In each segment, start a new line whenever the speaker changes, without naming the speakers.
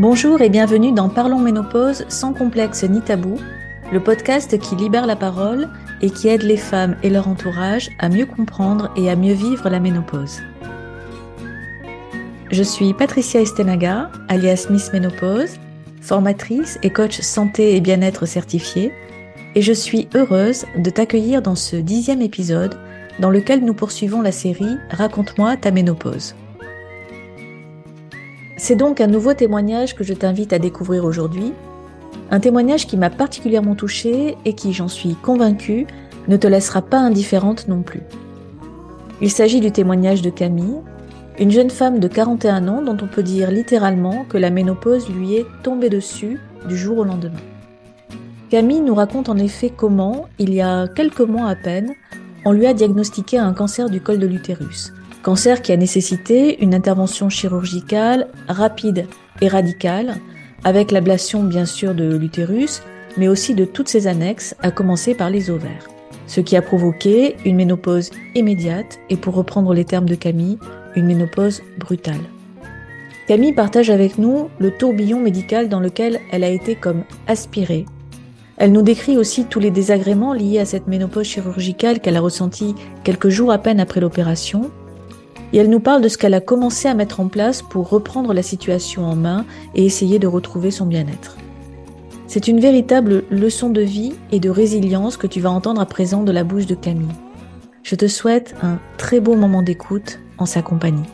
Bonjour et bienvenue dans Parlons Ménopause sans complexe ni tabou, le podcast qui libère la parole et qui aide les femmes et leur entourage à mieux comprendre et à mieux vivre la ménopause. Je suis Patricia Estenaga, alias Miss Ménopause, formatrice et coach santé et bien-être certifiée, et je suis heureuse de t'accueillir dans ce 10e épisode dans lequel nous poursuivons la série Raconte-moi ta ménopause. C'est donc un nouveau témoignage que je t'invite à découvrir aujourd'hui, un témoignage qui m'a particulièrement touchée et qui, j'en suis convaincue, ne te laissera pas indifférente non plus. Il s'agit du témoignage de Camille, une jeune femme de 41 ans dont on peut dire littéralement que la ménopause lui est tombée dessus du jour au lendemain. Camille nous raconte en effet comment, il y a quelques mois à peine, on lui a diagnostiqué un cancer du col de l'utérus. Cancer qui a nécessité une intervention chirurgicale rapide et radicale, avec l'ablation bien sûr de l'utérus, mais aussi de toutes ses annexes, à commencer par les ovaires. Ce qui a provoqué une ménopause immédiate et, pour reprendre les termes de Camille, une ménopause brutale. Camille partage avec nous le tourbillon médical dans lequel elle a été comme aspirée. Elle nous décrit aussi tous les désagréments liés à cette ménopause chirurgicale qu'elle a ressentie quelques jours à peine après l'opération. Et elle nous parle de ce qu'elle a commencé à mettre en place pour reprendre la situation en main et essayer de retrouver son bien-être. C'est une véritable leçon de vie et de résilience que tu vas entendre à présent de la bouche de Camille. Je te souhaite un très beau moment d'écoute en sa compagnie.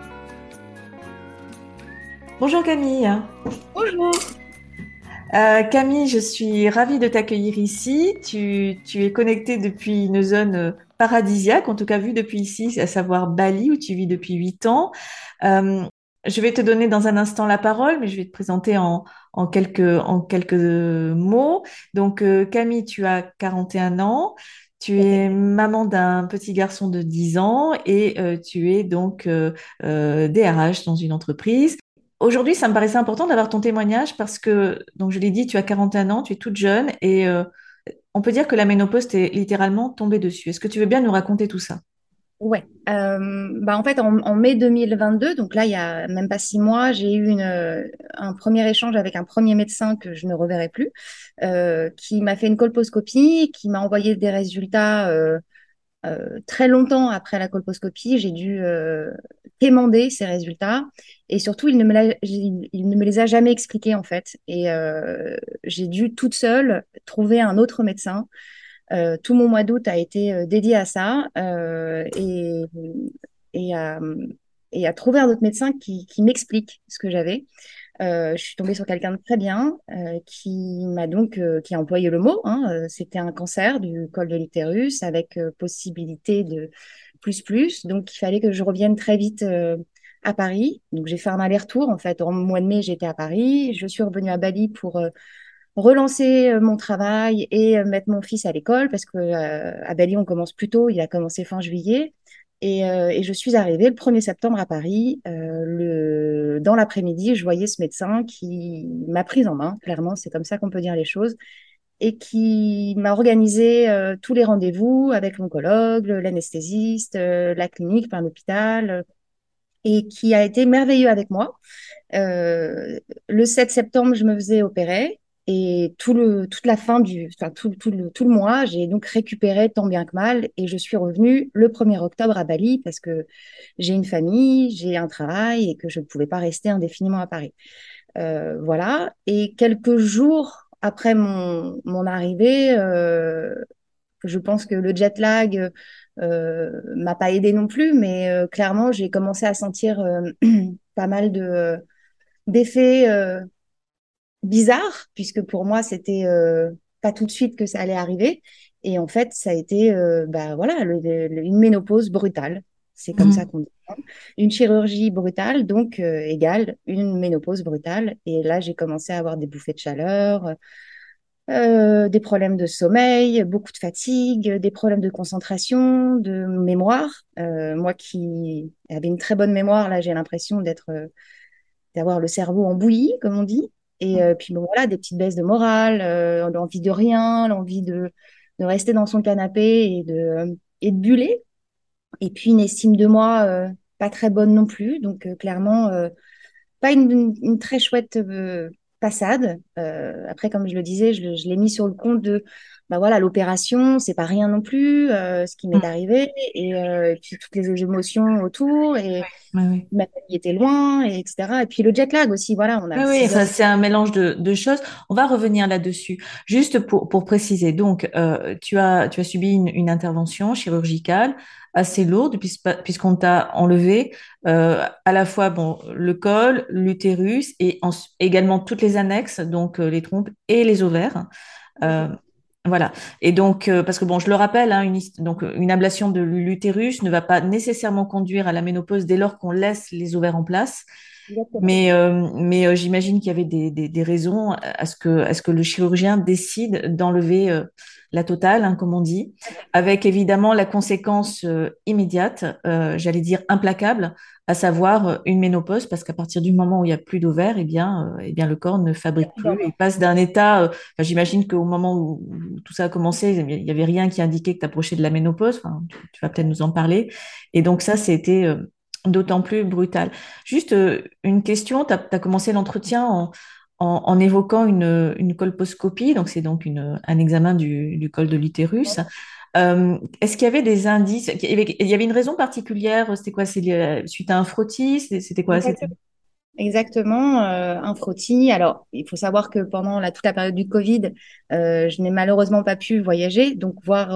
Bonjour Camille.
Bonjour.
Camille, je suis ravie de t'accueillir ici. Tu es connectée depuis une zone paradisiaque, en tout cas vue depuis ici, à savoir Bali, où tu vis depuis 8 ans. Euh, je vais te donner dans un instant la parole, mais je vais te présenter en quelques mots. Donc, Camille, tu as 41 ans. Tu es maman d'un petit garçon de 10 ans et tu es donc DRH dans une entreprise. Aujourd'hui, ça me paraissait important d'avoir ton témoignage parce que, donc je l'ai dit, tu as 41 ans, tu es toute jeune et on peut dire que la ménopause t'est littéralement tombée dessus. Est-ce que tu veux bien nous raconter tout ça?
Ouais. En fait, en mai 2022, donc là, il y a même pas 6 mois, j'ai eu un premier échange avec un premier médecin que je ne reverrai plus, qui m'a fait une colposcopie, qui m'a envoyé des résultats très longtemps après la colposcopie. J'ai dû quémander ces résultats et surtout, il ne me les a jamais expliqués en fait. Et j'ai dû toute seule trouver un autre médecin. Tout mon mois d'août a été dédié à ça et, à, et à trouver un autre médecin qui m'explique ce que j'avais. Je suis tombée sur quelqu'un de très bien qui a employé le mot. C'était un cancer du col de l'utérus avec possibilité de plus. Donc, il fallait que je revienne très vite à Paris. Donc, j'ai fait un aller-retour. En fait, au mois de mai, j'étais à Paris. Je suis revenue à Bali pour relancer mon travail et mettre mon fils à l'école parce que à Bali, on commence plus tôt. Il a commencé fin juillet. Et je suis arrivée le 1er septembre à Paris. Dans l'après-midi, je voyais ce médecin qui m'a prise en main, clairement, c'est comme ça qu'on peut dire les choses, et qui m'a organisé tous les rendez-vous avec l'oncologue, l'anesthésiste, la clinique, enfin, l'hôpital, et qui a été merveilleux avec moi. Le 7 septembre, je me faisais opérer. Et toute la fin enfin, tout le mois, j'ai donc récupéré tant bien que mal et je suis revenue le 1er octobre à Bali parce que j'ai une famille, j'ai un travail et que je ne pouvais pas rester indéfiniment à Paris. Voilà. Et quelques jours après mon arrivée, je pense que le jet lag m'a pas aidé non plus, mais clairement, j'ai commencé à sentir pas mal d'effets bizarres, puisque pour moi, c'était pas tout de suite que ça allait arriver. Et en fait, ça a été voilà, une ménopause brutale. C'est comme ça
Mhm.
qu'on dit. Une chirurgie brutale, donc égale une ménopause brutale. Et là, j'ai commencé à avoir des bouffées de chaleur, des problèmes de sommeil, beaucoup de fatigue, des problèmes de concentration, de mémoire. Moi qui avais une très bonne mémoire, là, j'ai l'impression d'avoir le cerveau en bouillie, comme on dit. Et puis bon, voilà, des petites baisses de morale, l'envie de rien, l'envie de rester dans son canapé et de buller. Et puis une estime de moi pas très bonne non plus. Donc clairement, pas une très chouette passade. Après, comme je le disais, je l'ai mis sur le compte de, bah voilà, l'opération, c'est pas rien non plus, ce qui m'est arrivé, et puis toutes les émotions autour, et
Oui, oui.
ma famille était loin, et etc. Et puis le jet lag aussi, voilà, on
Oui,
a
oui,
6 heures.
enfin, c'est un mélange de choses. On va revenir là-dessus. Juste pour préciser, donc, tu as subi une intervention chirurgicale assez lourde puisqu'on t'a enlevé à la fois bon, le col, l'utérus et également toutes les annexes, donc les trompes et les ovaires. Euh, voilà. Et donc, parce que bon, je le rappelle, hein, donc une ablation de l'utérus ne va pas nécessairement conduire à la ménopause dès lors qu'on laisse les ovaires en place.
Exactement.
Mais j'imagine qu'il y avait des raisons à ce que le chirurgien décide d'enlever la totale, hein, comme on dit, avec évidemment la conséquence immédiate, j'allais dire implacable, à savoir une ménopause, parce qu'à partir du moment où il n'y a plus d'ovaires, eh bien, le corps ne
Il y a
fabrique
plus
plus et
d'hormones.
passe d'un état. Enfin, j'imagine qu'au moment où tout ça a commencé, il n'y avait rien qui indiquait que tu approchais de la ménopause. Enfin, tu vas peut-être nous en parler. Et donc ça, c'était d'autant plus brutal. Juste une question, tu as commencé l'entretien en évoquant une colposcopie, donc c'est donc un examen du col de l'utérus. Est-ce qu'il y avait des indices? Il y avait une raison particulière? C'était quoi? Suite à un frottis? C'était quoi? C'était...
Exactement, un frottis. Alors, il faut savoir que pendant toute la période du Covid, je n'ai malheureusement pas pu voyager, donc voir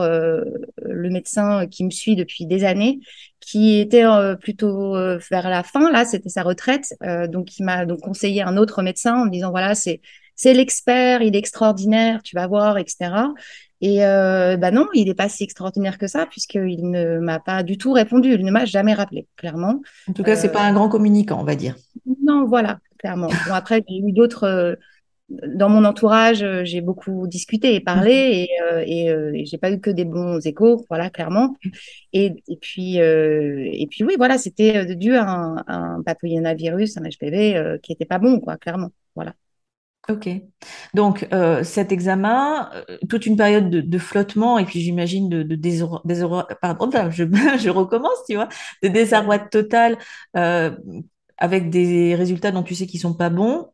le médecin qui me suit depuis des années, qui était plutôt vers la fin, là, c'était sa retraite, donc il m'a donc conseillé un autre médecin en me disant, voilà, c'est l'expert, il est extraordinaire, tu vas voir, etc. Et bah non, il n'est pas si extraordinaire que ça, puisqu'il ne m'a pas du tout répondu, il ne m'a jamais rappelé, clairement.
En tout cas, c'est
Euh,
pas un grand communicant, on va dire.
non, voilà, clairement. Bon, après, j'ai eu d'autres. Dans mon entourage, j'ai beaucoup discuté et parlé et j'ai pas eu que des bons échos, voilà, clairement. Et puis oui, voilà, c'était dû à un papillomavirus, un HPV qui était pas bon, quoi, clairement. Voilà.
Ok. Donc, cet examen, toute une période de flottement, et puis j'imagine pardon, là, je recommence, tu vois, de désarroi total, euh, avec des résultats dont tu sais qu'ils sont pas bons,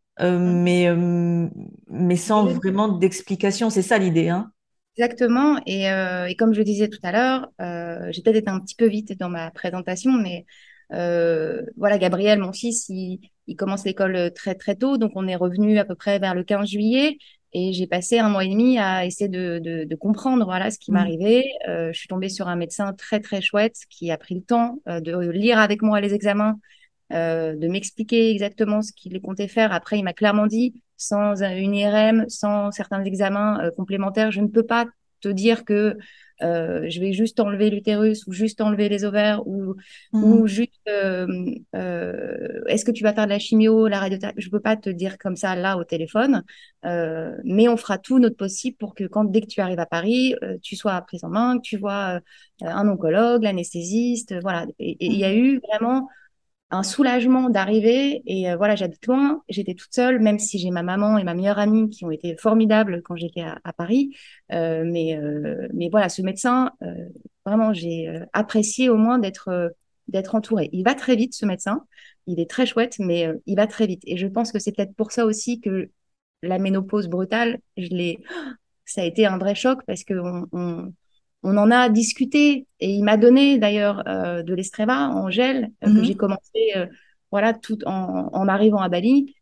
mais sans vraiment d'explication. C'est ça l'idée, hein?
Exactement. Et comme je le disais tout à l'heure, j'ai peut-être été un petit peu vite dans ma présentation, mais voilà, Gabriel, mon fils, il commence l'école très très tôt, donc on est revenu à peu près vers le 15 juillet, et j'ai passé un mois et demi à essayer de comprendre voilà ce qui
Mm.
m'arrivait. Je suis tombée sur un médecin très très chouette qui a pris le temps de lire avec moi les examens, de m'expliquer exactement ce qu'il comptait faire. Après, il m'a clairement dit, sans une IRM, sans certains examens complémentaires, je ne peux pas te dire que je vais juste enlever l'utérus ou juste enlever les ovaires ou
Mhm.
juste est-ce que tu vas faire de la chimio, la radiothérapie. Je ne peux pas te dire comme ça là au téléphone, mais on fera tout notre possible pour que dès que tu arrives à Paris, tu sois prise en main, que tu vois un oncologue, l'anesthésiste, voilà. Et il y a
Mhm.
eu vraiment un soulagement d'arriver. Et voilà, j'habite loin, j'étais toute seule, même si j'ai ma maman et ma meilleure amie qui ont été formidables quand j'étais à Paris. Mais voilà, ce médecin, vraiment, j'ai apprécié au moins d'être entourée. Il va très vite, ce médecin. Il est très chouette, mais il va très vite. Et je pense que c'est peut-être pour ça aussi que la ménopause brutale, ça a été un vrai choc parce on en a discuté et il m'a donné d'ailleurs de l'Estreva en gel que j'ai
Mhm.
commencé voilà tout en arrivant à Bali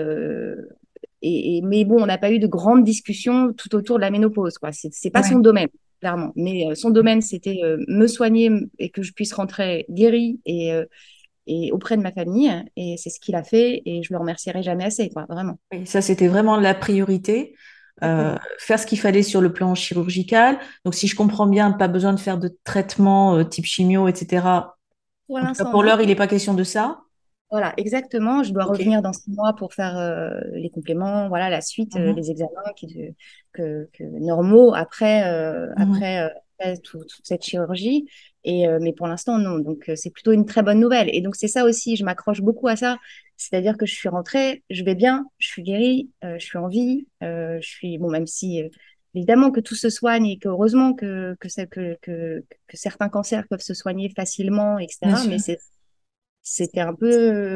mais bon on n'a pas eu de grandes discussions tout autour de la ménopause quoi, c'est pas son
Ouais.
domaine clairement, mais son domaine c'était me soigner et que je puisse rentrer guérie et auprès de ma famille, et c'est ce qu'il a fait et je le remercierai jamais assez quoi, vraiment.
Oui, ça, c'était vraiment la priorité.
Exactement.
Faire ce qu'il fallait sur le plan chirurgical. Donc, si je comprends bien, pas besoin de faire de traitement type chimio, etc.
Pour
En tout cas,
l'instant
pour
non.
l'heure, il n'est pas question de ça.
Voilà, exactement. Je dois
OK.
revenir dans 6 mois pour faire les compléments, voilà, la suite,
Mhm.
les examens normaux
Mhm.
après toute cette chirurgie. Mais pour l'instant, non. Donc, c'est plutôt une très bonne nouvelle. Et donc, c'est ça aussi, je m'accroche beaucoup à ça. C'est-à-dire que je suis rentrée, je vais bien, je suis guérie, je suis en vie, je suis, bon, même si évidemment que tout se soigne et que heureusement que certains cancers peuvent se soigner facilement,
Bien
etc.
sûr.
Mais c'était un peu.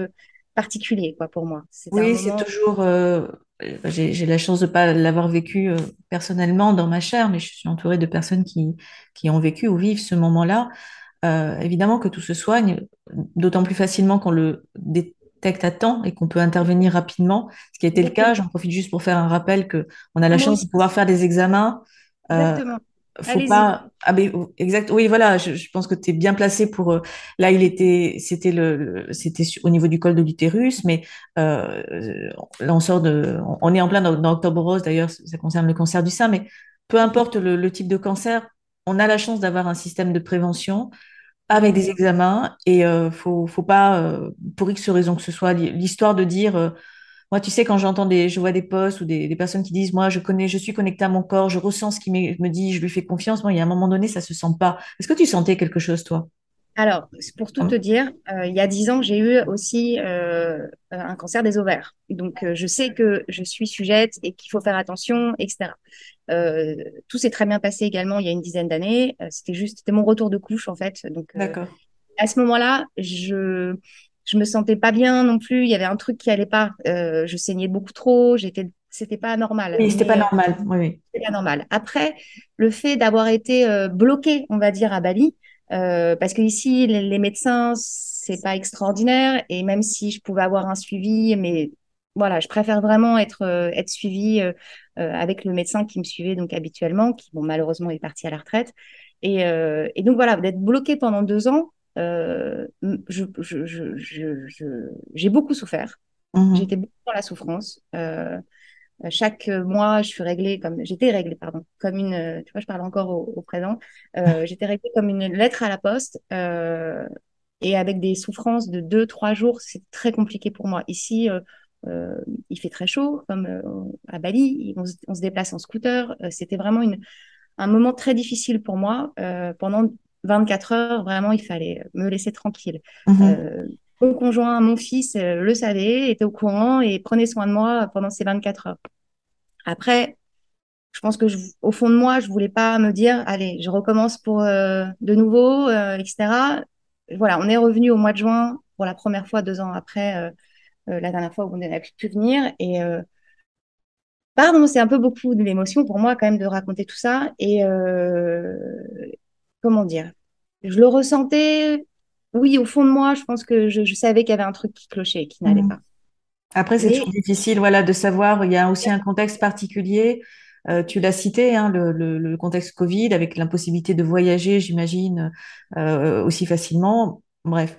particulier, quoi, pour moi. C'était un
Oui, c'est
moment.
toujours. J'ai la chance de pas l'avoir vécu personnellement dans ma chair, mais je suis entourée de personnes qui ont vécu ou vivent ce moment-là. Évidemment que tout se soigne, d'autant plus facilement qu'on le détecte à temps et qu'on peut intervenir rapidement, ce qui a été le cas.
Exactement.
J'en profite juste pour faire un rappel que on a la
Ah, moi
chance de
aussi.
pouvoir faire des examens. Euh,
Exactement.
Faut
Allez-y.
pas. Ah ben, exact. Oui, voilà. Je pense que tu es bien placé pour. Là, c'était au niveau du col de l'utérus, mais là, on sort on est en plein dans Octobre Rose. D'ailleurs, ça concerne le cancer du sein, mais peu importe le type de cancer, on a la chance d'avoir un système de prévention avec
Mhm.
des examens et faut pas, pour X raison que ce soit, l'histoire de dire, moi, tu sais, quand je vois des posts ou des personnes qui disent, moi, je suis connectée à mon corps, je ressens ce qui me dit, je lui fais confiance. Moi, il y a un moment donné, ça se sent pas. Est-ce que tu sentais quelque chose, toi?
Alors, pour tout te dire, il y a 10 ans, j'ai eu aussi un cancer des ovaires. Donc, je sais que je suis sujette et qu'il faut faire attention, etc. Euh, Tout s'est très bien passé également il y a une dizaine d'années. C'était mon retour de couche, en fait. Donc,
D'accord.
à ce moment-là, je me sentais pas bien non plus. Il y avait un truc qui allait pas. Je saignais beaucoup trop. C'était pas normal.
Oui, c'était pas
Mais
normal. Oui, oui.
c'est pas normal. Après, le fait d'avoir été bloqué, on va dire, à Bali, parce que ici, les médecins, c'est pas extraordinaire, et même si je pouvais avoir un suivi, mais voilà, je préfère vraiment être suivie avec le médecin qui me suivait donc habituellement, qui bon, malheureusement est parti à la retraite. Et donc voilà, d'être bloqué pendant 2 ans, j'ai beaucoup souffert.
Mhm.
J'étais beaucoup dans la souffrance. Chaque mois, j'étais réglée, pardon, comme tu vois, je parle encore au présent. J'étais réglée comme une lettre à la poste et avec des souffrances de 2, 3 jours, c'est très compliqué pour moi. Ici, euh, il fait très chaud, comme à Bali, on se déplace en scooter. C'était vraiment un moment très difficile pour moi. Pendant 24 heures, vraiment, il fallait me laisser tranquille.
Mhm.
Euh, Mon conjoint, mon fils le savait, était au courant et prenait soin de moi pendant ces 24 heures. Après, je pense que au fond de moi, je voulais pas me dire, allez, je recommence pour de nouveau, etc. Voilà, on est revenu au mois de juin pour la première fois 2 ans après la dernière fois où on n'a pu venir. Et pardon, c'est un peu beaucoup de l'émotion pour moi quand même de raconter tout ça. Et comment dire, je le ressentais. Oui, au fond de moi, je pense que je savais qu'il y avait un truc qui clochait, qui n'allait
Mhm.
pas.
Après, c'est
Mais
toujours difficile, voilà, de savoir. Il y a aussi un contexte particulier. Tu l'as cité, hein, le contexte Covid, avec l'impossibilité de voyager, j'imagine, aussi facilement. Bref,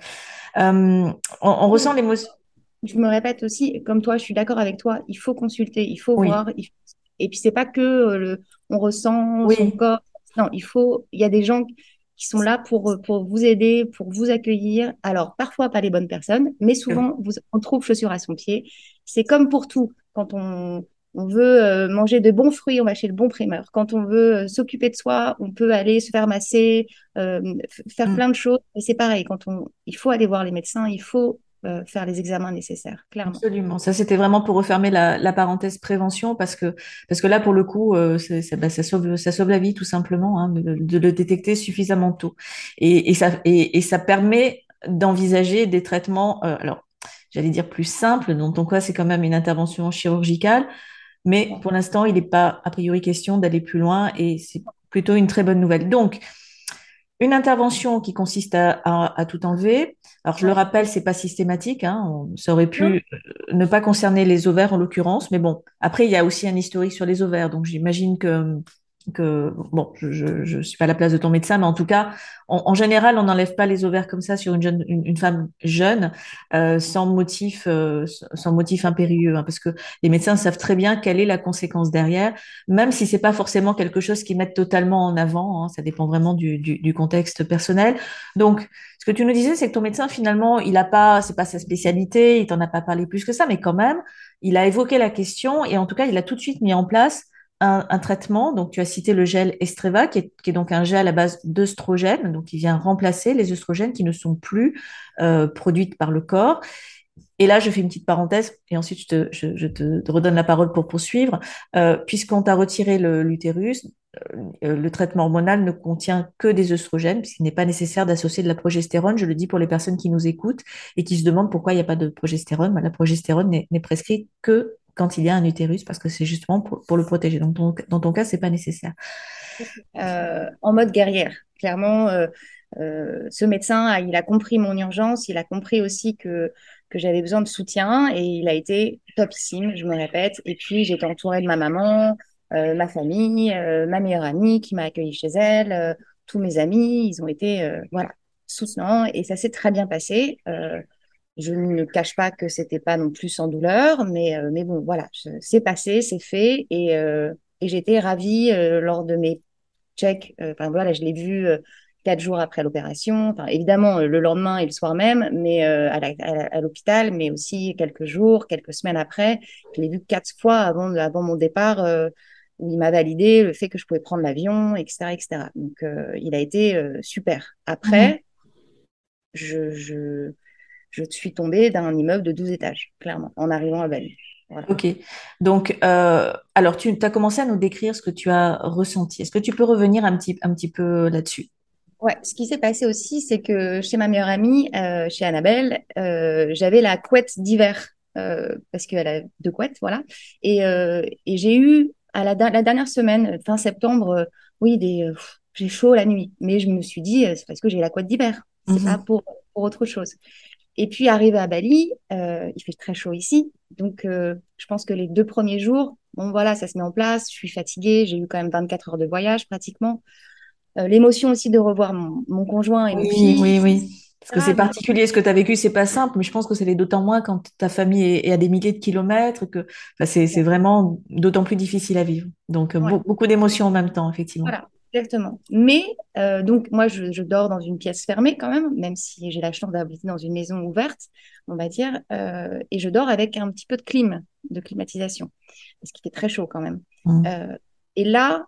on ressent l'émotion.
je me répète aussi, comme toi, je suis d'accord avec toi, il faut consulter, il faut
Oui,
voir. Et puis, c'est pas que on ressent son
oui.
corps. Non, il y a des gens qui sont là pour vous aider, pour vous accueillir. Alors, parfois pas les bonnes personnes, mais souvent, on trouve chaussure à son pied. C'est comme pour tout. Quand on veut manger de bons fruits, on va chez le bon primeur. Quand on veut s'occuper de soi, on peut aller se faire masser, faire
Mm.
plein de choses. Et c'est pareil, il faut aller voir les médecins, il faut faire les examens nécessaires, clairement.
Absolument. Ça, c'était vraiment pour refermer la parenthèse prévention parce que là, pour le coup, bah, ça sauve la vie tout simplement, hein, de le détecter suffisamment tôt. Et ça permet d'envisager des traitements, alors, j'allais dire plus simples. Dans ton cas, c'est quand même une intervention chirurgicale, mais pour l'instant, il n'est pas a priori question d'aller plus loin et c'est plutôt une très bonne nouvelle. Donc, une intervention qui consiste à tout enlever. Alors, je le
Ouais.
rappelle, c'est pas systématique, hein. Ça aurait
Non,
pu ne pas concerner les ovaires en l'occurrence, mais bon. Après, il y a aussi un historique sur les ovaires, donc j'imagine que bon, je suis pas à la place de ton médecin, mais en tout cas, en général, on n'enlève pas les ovaires comme ça sur une femme jeune sans motif impérieux, hein, parce que les médecins savent très bien quelle est la conséquence derrière, même si c'est pas forcément quelque chose qu'ils mettent totalement en avant, hein, ça dépend vraiment du contexte personnel. Donc, ce que tu nous disais, c'est que ton médecin, finalement, c'est pas sa spécialité, il t'en a pas parlé plus que ça, mais quand même, il a évoqué la question et en tout cas, il a tout de suite mis en place un traitement. Donc, tu as cité le gel Estreva, qui est donc un gel à base d'œstrogènes, donc qui vient remplacer les œstrogènes qui ne sont plus produites par le corps. Et là, je fais une petite parenthèse et ensuite je te redonne la parole pour poursuivre. Puisqu'on t'a retiré l'utérus, le traitement hormonal ne contient que des œstrogènes, puisqu'il n'est pas nécessaire d'associer de la progestérone. Je le dis pour les personnes qui nous écoutent et qui se demandent pourquoi il n'y a pas de progestérone. La progestérone n'est prescrite que quand il y a un utérus, parce que c'est justement pour le protéger. Donc, dans ton cas, c'est pas nécessaire.
En mode guerrière. Clairement, ce médecin, il a compris mon urgence, il a compris aussi que j'avais besoin de soutien et il a été topissime, je me répète. Et puis, j'étais entourée de ma maman, ma famille, ma meilleure amie qui m'a accueillie chez elle, tous mes amis, ils ont été voilà, soutenants et ça s'est très bien passé. Je ne cache pas que c'était pas non plus sans douleur, mais bon, voilà, c'est passé, c'est fait et j'étais ravie lors de mes check. Enfin voilà, je l'ai vu 4 jours après l'opération. Enfin, évidemment, le lendemain et le soir même, mais à l'hôpital, mais aussi quelques jours, quelques semaines après. Je l'ai vu 4 fois avant mon départ, où il m'a validé le fait que je pouvais prendre l'avion, etc., etc. Donc, il a été super.
Mhm.
Après, je, je, je suis tombée d'un immeuble de 12 étages, clairement, en arrivant à Bali. Voilà.
Ok. Donc, alors, tu as commencé à nous décrire ce que tu as ressenti. Est-ce que tu peux revenir un petit peu là-dessus?
Ouais, ce qui s'est passé aussi, c'est que chez ma meilleure amie, chez Annabelle, j'avais la couette d'hiver parce qu'elle a 2 couettes, voilà. Et j'ai eu à la dernière semaine, fin septembre, oui, j'ai chaud la nuit. Mais je me suis dit, c'est parce que j'ai la couette d'hiver. C'est pas
Mhm.
pour autre chose. Et puis arrivé à Bali, il fait très chaud ici, donc je pense que les 2 premiers jours, bon voilà, ça se met en place. Je suis fatiguée, j'ai eu quand même 24 heures de voyage pratiquement. L'émotion aussi de revoir mon conjoint et mon
Oui,
fils,
oui, oui. Parce que c'est
etc. Donc,
particulier, ce que tu as vécu, c'est pas simple, mais je pense que c'est d'autant moins quand ta famille est à des milliers de kilomètres que enfin, c'est vraiment d'autant plus difficile à vivre. Donc,
ouais,
beaucoup d'émotions en même temps, effectivement.
voilà, exactement. Mais donc moi, je dors dans une pièce fermée quand même si j'ai la chance d'habiter dans une maison ouverte, on va dire, et je dors avec un petit peu de climatisation, parce qu'il fait très chaud quand même.
Mhm.
Euh, et là,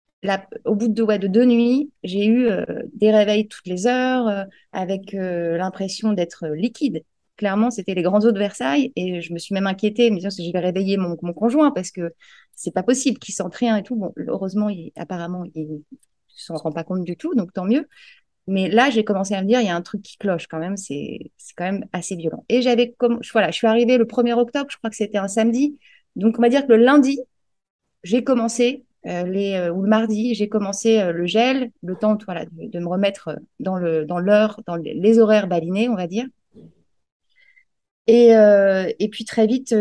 au bout ouais, de 2 nuits, j'ai eu des réveils toutes les heures avec l'impression d'être liquide. Clairement, c'était les grands eaux de Versailles et je me suis même inquiétée, me disant que je vais réveiller mon conjoint parce que c'est pas possible qu'il sente rien et tout. Bon, heureusement, apparemment, il ne s'en rend pas compte du tout, donc tant mieux. Mais là, j'ai commencé à me dire, il y a un truc qui cloche quand même, c'est quand même assez violent. Et voilà, je suis arrivée le 1er octobre, je crois que c'était un samedi. Donc, on va dire que le lundi, j'ai commencé ou le mardi, j'ai commencé le gel, le temps voilà, de me remettre dans l'heure, dans les horaires balinés, on va dire. Et puis très vite,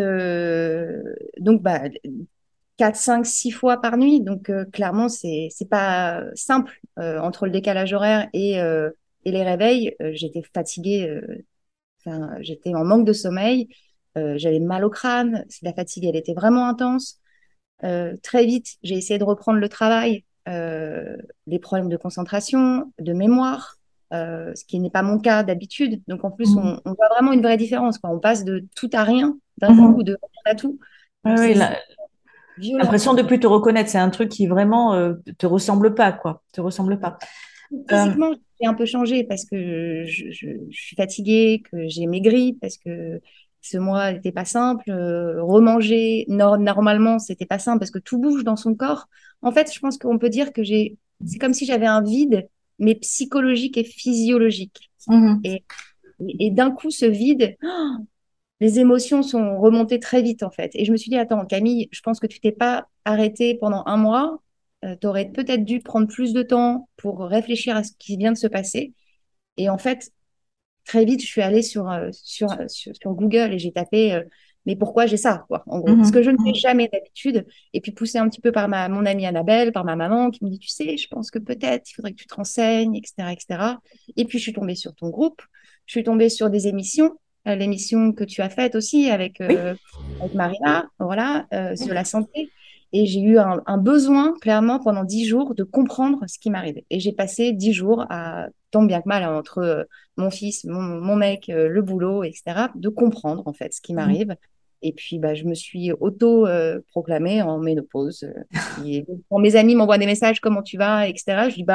donc 4, 5, 6 fois par nuit. Donc clairement, c'est pas simple entre le décalage horaire et les réveils. J'étais fatiguée, enfin, j'étais en manque de sommeil, j'avais mal au crâne, la fatigue, elle était vraiment intense. Très vite, j'ai essayé de reprendre le travail, des problèmes de concentration, de mémoire, ce qui n'est pas mon cas d'habitude. Donc en plus,
Mhm.
on voit vraiment une vraie différence, quoi. On passe de tout à rien d'un coup,
Mhm.
de rien à tout.
Oui,
Donc
oui,
c'est violent,
l'impression
quoi.
de plus te reconnaître, c'est un truc qui vraiment te ressemble pas, quoi. Te ressemble pas. Euh,
Physiquement, j'ai un peu changé parce que je suis fatiguée, que j'ai maigri, parce que ce mois n'était pas simple. Remanger normalement, c'était pas simple parce que tout bouge dans son corps. En fait, je pense qu'on peut dire que c'est comme si j'avais un vide, mais psychologique et physiologique.
mhm.
Et, et d'un coup, ce vide, les émotions sont remontées très vite en fait. Et je me suis dit, attends, Camille, je pense que tu t'es pas arrêtée pendant un mois. Tu aurais peut-être dû prendre plus de temps pour réfléchir à ce qui vient de se passer. Et en fait, très vite, je suis allée sur Google et j'ai tapé mais pourquoi j'ai ça, quoi, en gros. Ce que je
Mhm.
ne fais
Mhm.
jamais d'habitude. Et puis poussé un petit peu par mon amie Annabelle, par ma maman, qui me dit, tu sais, je pense que peut-être il faudrait que tu te renseignes, etc., etc. Et puis je suis tombée sur ton groupe, je suis tombée sur des émissions, l'émission que tu as faite aussi
Oui.
avec Marina, voilà, sur la santé. Et j'ai eu un besoin, clairement, pendant 10 jours, de comprendre ce qui m'arrivait. Et j'ai passé 10 jours à, tant bien que mal, entre mon fils, mon mec, le boulot, etc., de comprendre en fait ce qui
Mhm.
m'arrive. Et puis, je me suis auto-proclamée en ménopause. Quand mes amis m'envoient des messages, comment tu vas, etc., je dis,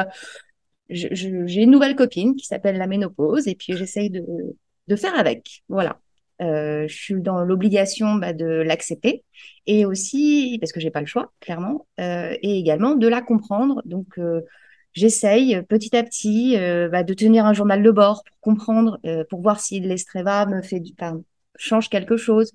j'ai une nouvelle copine qui s'appelle la ménopause et puis j'essaye de faire avec. Voilà. Je suis dans l'obligation de l'accepter et aussi, parce que j'ai pas le choix, clairement, et également de la comprendre. Donc, j'essaye petit à petit de tenir un journal de bord pour comprendre, pour voir si l'estreva me fait enfin, change quelque chose.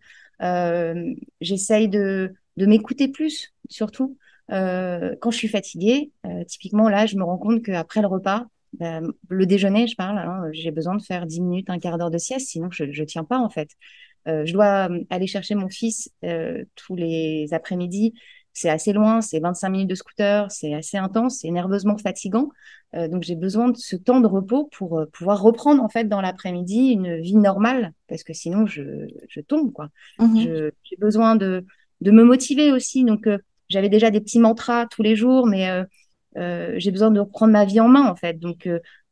J'essaye de m'écouter plus, surtout. Quand je suis fatiguée, typiquement là, je me rends compte qu'après le repas, le déjeuner, je parle, hein, j'ai besoin de faire 10 minutes, un quart d'heure de sieste, sinon je ne tiens pas en fait. Je dois aller chercher mon fils tous les après-midi. C'est assez loin, c'est 25 minutes de scooter, c'est assez intense, c'est nerveusement fatigant. Donc j'ai besoin de ce temps de repos pour pouvoir reprendre en fait dans l'après-midi une vie normale, parce que sinon je tombe quoi.
Mhm.
J'ai besoin de me motiver aussi. Donc j'avais déjà des petits mantras tous les jours, mais j'ai besoin de reprendre ma vie en main en fait. Donc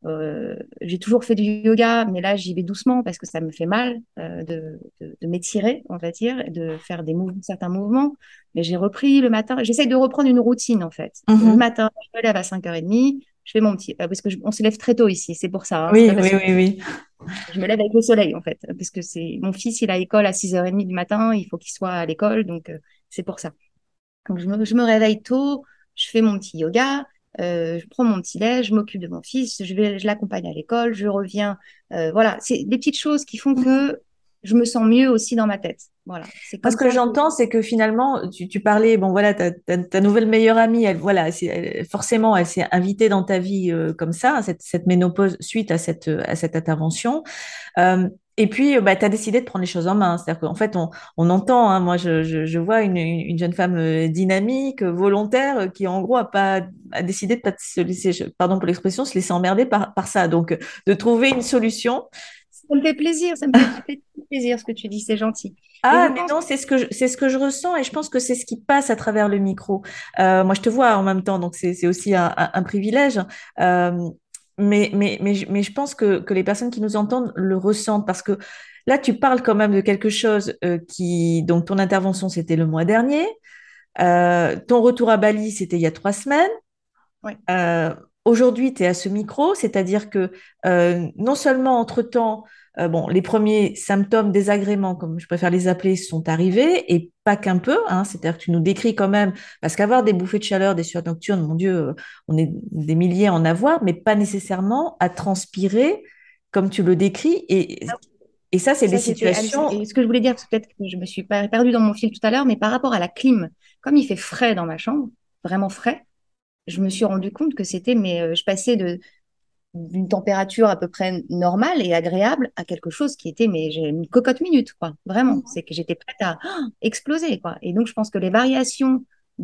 j'ai toujours fait du yoga, mais là j'y vais doucement parce que ça me fait mal de m'étirer, on va dire, et de faire certains mouvements. Mais j'ai repris le matin. J'essaie de reprendre une routine en fait. Le
Mhm.
matin, je me lève à 5h30, je fais mon petit. Parce que on se lève très tôt ici, c'est pour ça. Hein, c'est pas
Oui,
parce
oui,
que
oui, oui.
je me lève avec le soleil en fait. Parce que c'est mon fils, il a école à 6h30 du matin, il faut qu'il soit à l'école, donc c'est pour ça. Donc, je me réveille tôt, je fais mon petit yoga, je prends mon petit lait, je m'occupe de mon fils, je l'accompagne à l'école, je reviens. Voilà, c'est des petites choses qui font que je me sens mieux aussi dans ma tête. Voilà, c'est
Moi,
comme
ce que
ça que.
j'entends, c'est que finalement, tu parlais, bon voilà, ta nouvelle meilleure amie, elle, voilà, forcément, elle s'est invitée dans ta vie comme ça, cette ménopause suite à cette intervention. Et puis, bah, tu as décidé de prendre les choses en main. C'est-à-dire qu'en fait, on entend, hein, moi, je vois une jeune femme dynamique, volontaire, qui en gros a décidé de pas se laisser, pardon pour l'expression, se laisser emmerder par ça. Donc, de trouver une solution.
Ça me fait plaisir, ça me fait plaisir ce que tu dis, c'est gentil. Et je
Ah, mais
pense
non, c'est ce que je ressens et je pense que c'est ce qui passe à travers le micro. Moi, je te vois en même temps, donc c'est aussi un privilège. Euh, mais je pense que les personnes qui nous entendent le ressentent parce que là, tu parles quand même de quelque chose donc ton intervention, c'était le mois dernier. Ton retour à Bali, c'était il y a 3 semaines.
ouais,
Euh, Aujourd'hui, tu es à ce micro, c'est-à-dire que non seulement entre-temps, bon, les premiers symptômes désagréments, comme je préfère les appeler, sont arrivés, et pas qu'un peu, hein, c'est-à-dire que tu nous décris quand même, parce qu'avoir des bouffées de chaleur, des sueurs nocturnes, mon Dieu, on est des milliers à en avoir, mais pas nécessairement à transpirer comme tu le décris, et ça, c'est des
ça c'était.
situations.
Et ce que je voulais dire, parce que peut-être que je me suis perdue dans mon fil tout à l'heure, mais par rapport à la clim, comme il fait frais dans ma chambre, vraiment frais, je me suis rendu compte que c'était, mais je passais d'une température à peu près normale et agréable à quelque chose qui était, mais j'ai une cocotte minute, quoi. Vraiment. C'est que j'étais prête à exploser, quoi. Et donc, je pense que les variations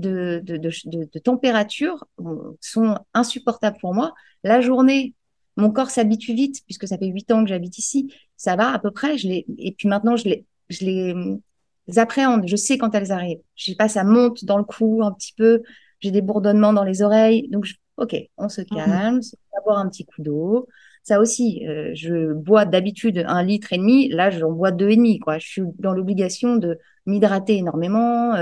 de température sont insupportables pour moi. La journée, mon corps s'habitue vite, puisque ça fait 8 ans que j'habite ici. Ça va à peu près. Et puis maintenant, je les appréhende. Je sais quand elles arrivent. Je sais pas, ça monte dans le cou un petit peu. J'ai des bourdonnements dans les oreilles. Donc, ok, on se
Mhm.
calme, on va boire un petit coup d'eau. Ça aussi, je bois d'habitude 1,5 litre. Là, j'en bois 2,5, quoi. Je suis dans l'obligation de m'hydrater énormément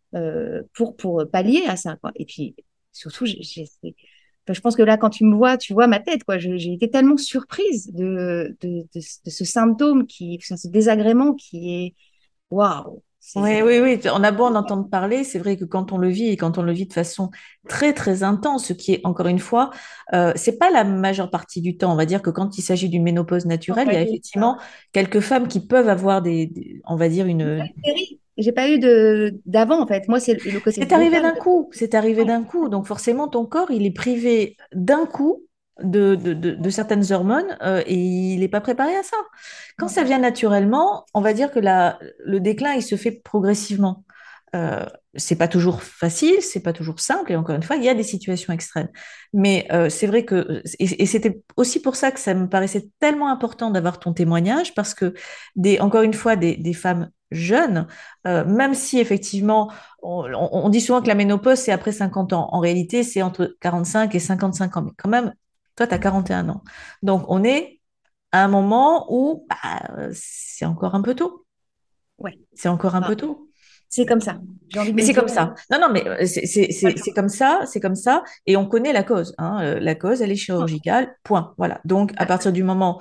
pour pallier à ça, quoi. Et puis, surtout, enfin, je pense que là, quand tu me vois, tu vois ma tête, quoi. J'ai été tellement surprise de ce symptôme enfin, ce désagrément qui est, waouh,
Oui, oui, oui. On a beau en entendre parler, c'est vrai que quand on le vit et quand on le vit de façon très, très intense, ce qui est, encore une fois, c'est pas la majeure partie du temps. On va dire que quand il s'agit d'une ménopause naturelle, il y a effectivement quelques femmes qui peuvent avoir on va dire,
j'ai pas eu d'avant, en fait. Moi, c'est le côté
c'est arrivé
brutal.
d'un coup, c'est arrivé d'un coup. Donc forcément, ton corps, il est privé d'un coup de certaines hormones et il n'est pas préparé à ça. Quand ça vient naturellement, on va dire que le déclin, il se fait progressivement. Euh, c'est pas toujours facile, c'est pas toujours simple, et encore une fois, il y a des situations extrêmes. Mais c'est vrai que, et c'était aussi pour ça que ça me paraissait tellement important d'avoir ton témoignage, parce que encore une fois, des femmes jeunes, même si effectivement, on dit souvent que la ménopause, c'est après 50 ans. En réalité, c'est entre 45 et 55 ans. Mais quand même, toi, tu as 41 ans. Donc, on est à un moment où c'est encore un peu tôt.
Ouais.
C'est encore un
Bah,
peu tôt.
c'est comme ça. J'ai envie de
Mais
me
c'est
dire.
comme ça. Non, non, mais c'est comme ça, et on connaît la cause, hein. La cause, elle est chirurgicale, point. Voilà. Donc, à partir du moment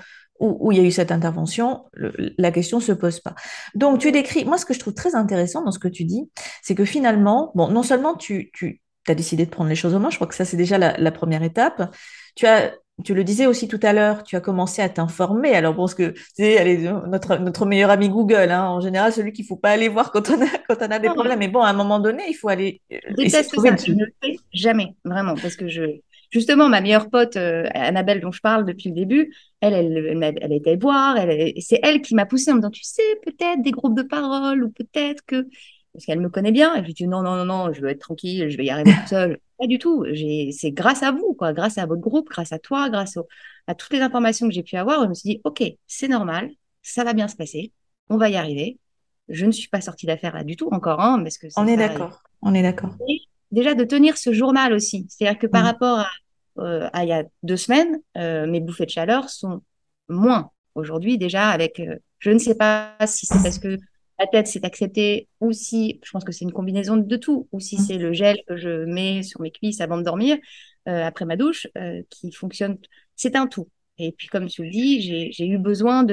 où il y a eu cette intervention, la question se pose pas. Donc, tu décris, moi, ce que je trouve très intéressant dans ce que tu dis, c'est que finalement, bon, non seulement tu as décidé de prendre les choses en main, je crois que ça, c'est déjà la première étape. Tu as, tu le disais aussi tout à l'heure, tu as commencé à t'informer. Alors, bon, ce que, tu sais, allez, notre meilleur ami Google, hein, en général, celui qu'il faut pas aller voir quand on a des problèmes. Mais bon, à un moment donné, il faut aller
Je
essayer de
déteste
trouver
ça,
une
je ne
solution.
le fais jamais, vraiment, parce que justement, ma meilleure pote, Annabelle, dont je parle depuis le début, elle était boire, c'est elle qui m'a poussée en me disant, tu sais, peut-être des groupes de parole, ou peut-être que, parce qu'elle me connaît bien, et je lui dis, non, non, non, non, je veux être tranquille, je vais y arriver toute seule. Pas du tout, c'est grâce à vous, quoi, grâce à votre groupe, grâce à toi, à toutes les informations que j'ai pu avoir, je me suis dit, ok, c'est normal, ça va bien se passer, on va y arriver. Je ne suis pas sortie d'affaire là du tout encore, hein, parce que
On
c'est
est
ça.
d'accord. On est d'accord.
Et déjà de tenir ce journal aussi. C'est-à-dire que par
Mm.
rapport à il y a 2 semaines, mes bouffées de chaleur sont moins aujourd'hui déjà avec, je ne sais pas si c'est parce que la tête s'est acceptée ou si, je pense que c'est une combinaison de tout, ou si c'est le gel que je mets sur mes cuisses avant de dormir, après ma douche, qui fonctionne. C'est un tout. Et puis comme tu le dis, j'ai eu besoin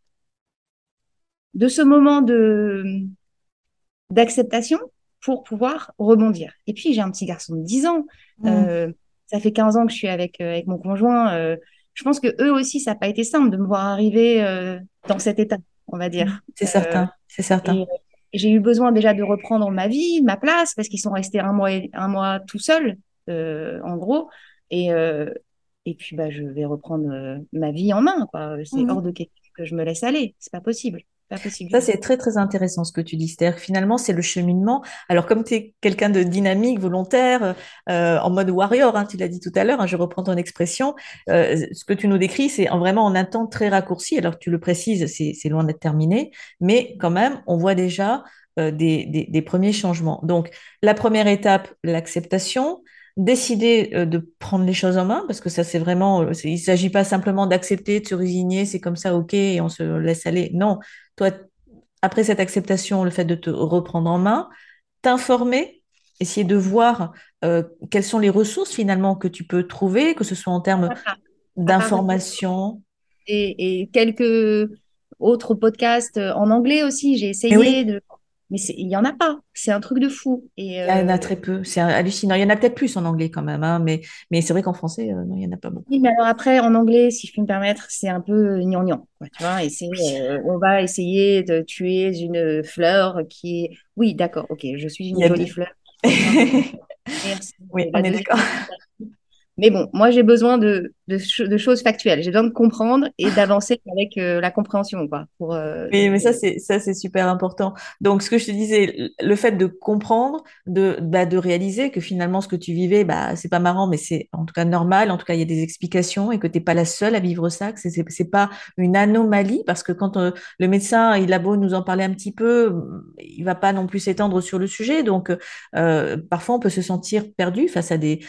de ce moment d'acceptation pour pouvoir rebondir. Et puis, j'ai un petit garçon de 10 ans.
Mm.
Euh, Ça fait 15 ans que je suis avec mon conjoint. Je pense que eux aussi, ça n'a pas été simple de me voir arriver dans cet état, on va
Mm.
dire.
C'est certain. C'est certain.
Et j'ai eu besoin déjà de reprendre ma vie, ma place, parce qu'ils sont restés un mois tout seuls, en gros. Et, euh, et puis, bah, je vais reprendre ma vie en main, quoi. C'est hors
Mm.
de question que je me laisse aller. C'est pas possible. Pas possible du
Ça,
tout.
c'est très, très intéressant ce que tu dis. C'est-à-dire que finalement, c'est le cheminement. Alors, comme tu es quelqu'un de dynamique, volontaire, en mode warrior, hein, tu l'as dit tout à l'heure, hein, je reprends ton expression, ce que tu nous décris, c'est vraiment en un temps très raccourci. Alors, tu le précises, c'est loin d'être terminé, mais quand même, on voit déjà des premiers changements. Donc, la première étape, l'acceptation. Décider de prendre les choses en main, parce que ça, c'est vraiment, il ne s'agit pas simplement d'accepter, de se résigner, c'est comme ça, ok, et on se laisse aller. Non, toi, après cette acceptation, le fait de te reprendre en main, t'informer, essayer de voir quelles sont les ressources finalement que tu peux trouver, que ce soit en termes
À part
d'information.
et quelques autres podcasts en anglais aussi. J'ai
Mais
essayé
oui,
de, mais il y en a pas. C'est un truc de fou.
il y en a très peu, c'est hallucinant. Il y en a peut-être plus en anglais quand même, hein, mais c'est vrai qu'en français, non, il n'y en a pas beaucoup.
Oui, mais alors après, en anglais, si je puis me permettre, c'est un peu gnangnan, quoi, tu vois. Et c'est, on va essayer de tuer une fleur qui est, oui, d'accord, ok, je suis
Il
une
y a
jolie
deux.
fleur. Porte-moi bonheur. Merci.
Oui,
C'est
on
la
est
deuxième.
d'accord.
Mais bon, moi, j'ai besoin de choses factuelles. J'ai besoin de comprendre et d'avancer avec la compréhension, quoi.
Oui, mais ça c'est super important. Donc ce que je te disais, le fait de comprendre, de réaliser que finalement ce que tu vivais, bah c'est pas marrant, mais c'est en tout cas normal. En tout cas, il y a des explications et que t'es pas la seule à vivre ça, que c'est pas une anomalie parce que quand le médecin il a beau nous en parler un petit peu, il va pas non plus s'étendre sur le sujet. Donc parfois on peut se sentir perdu face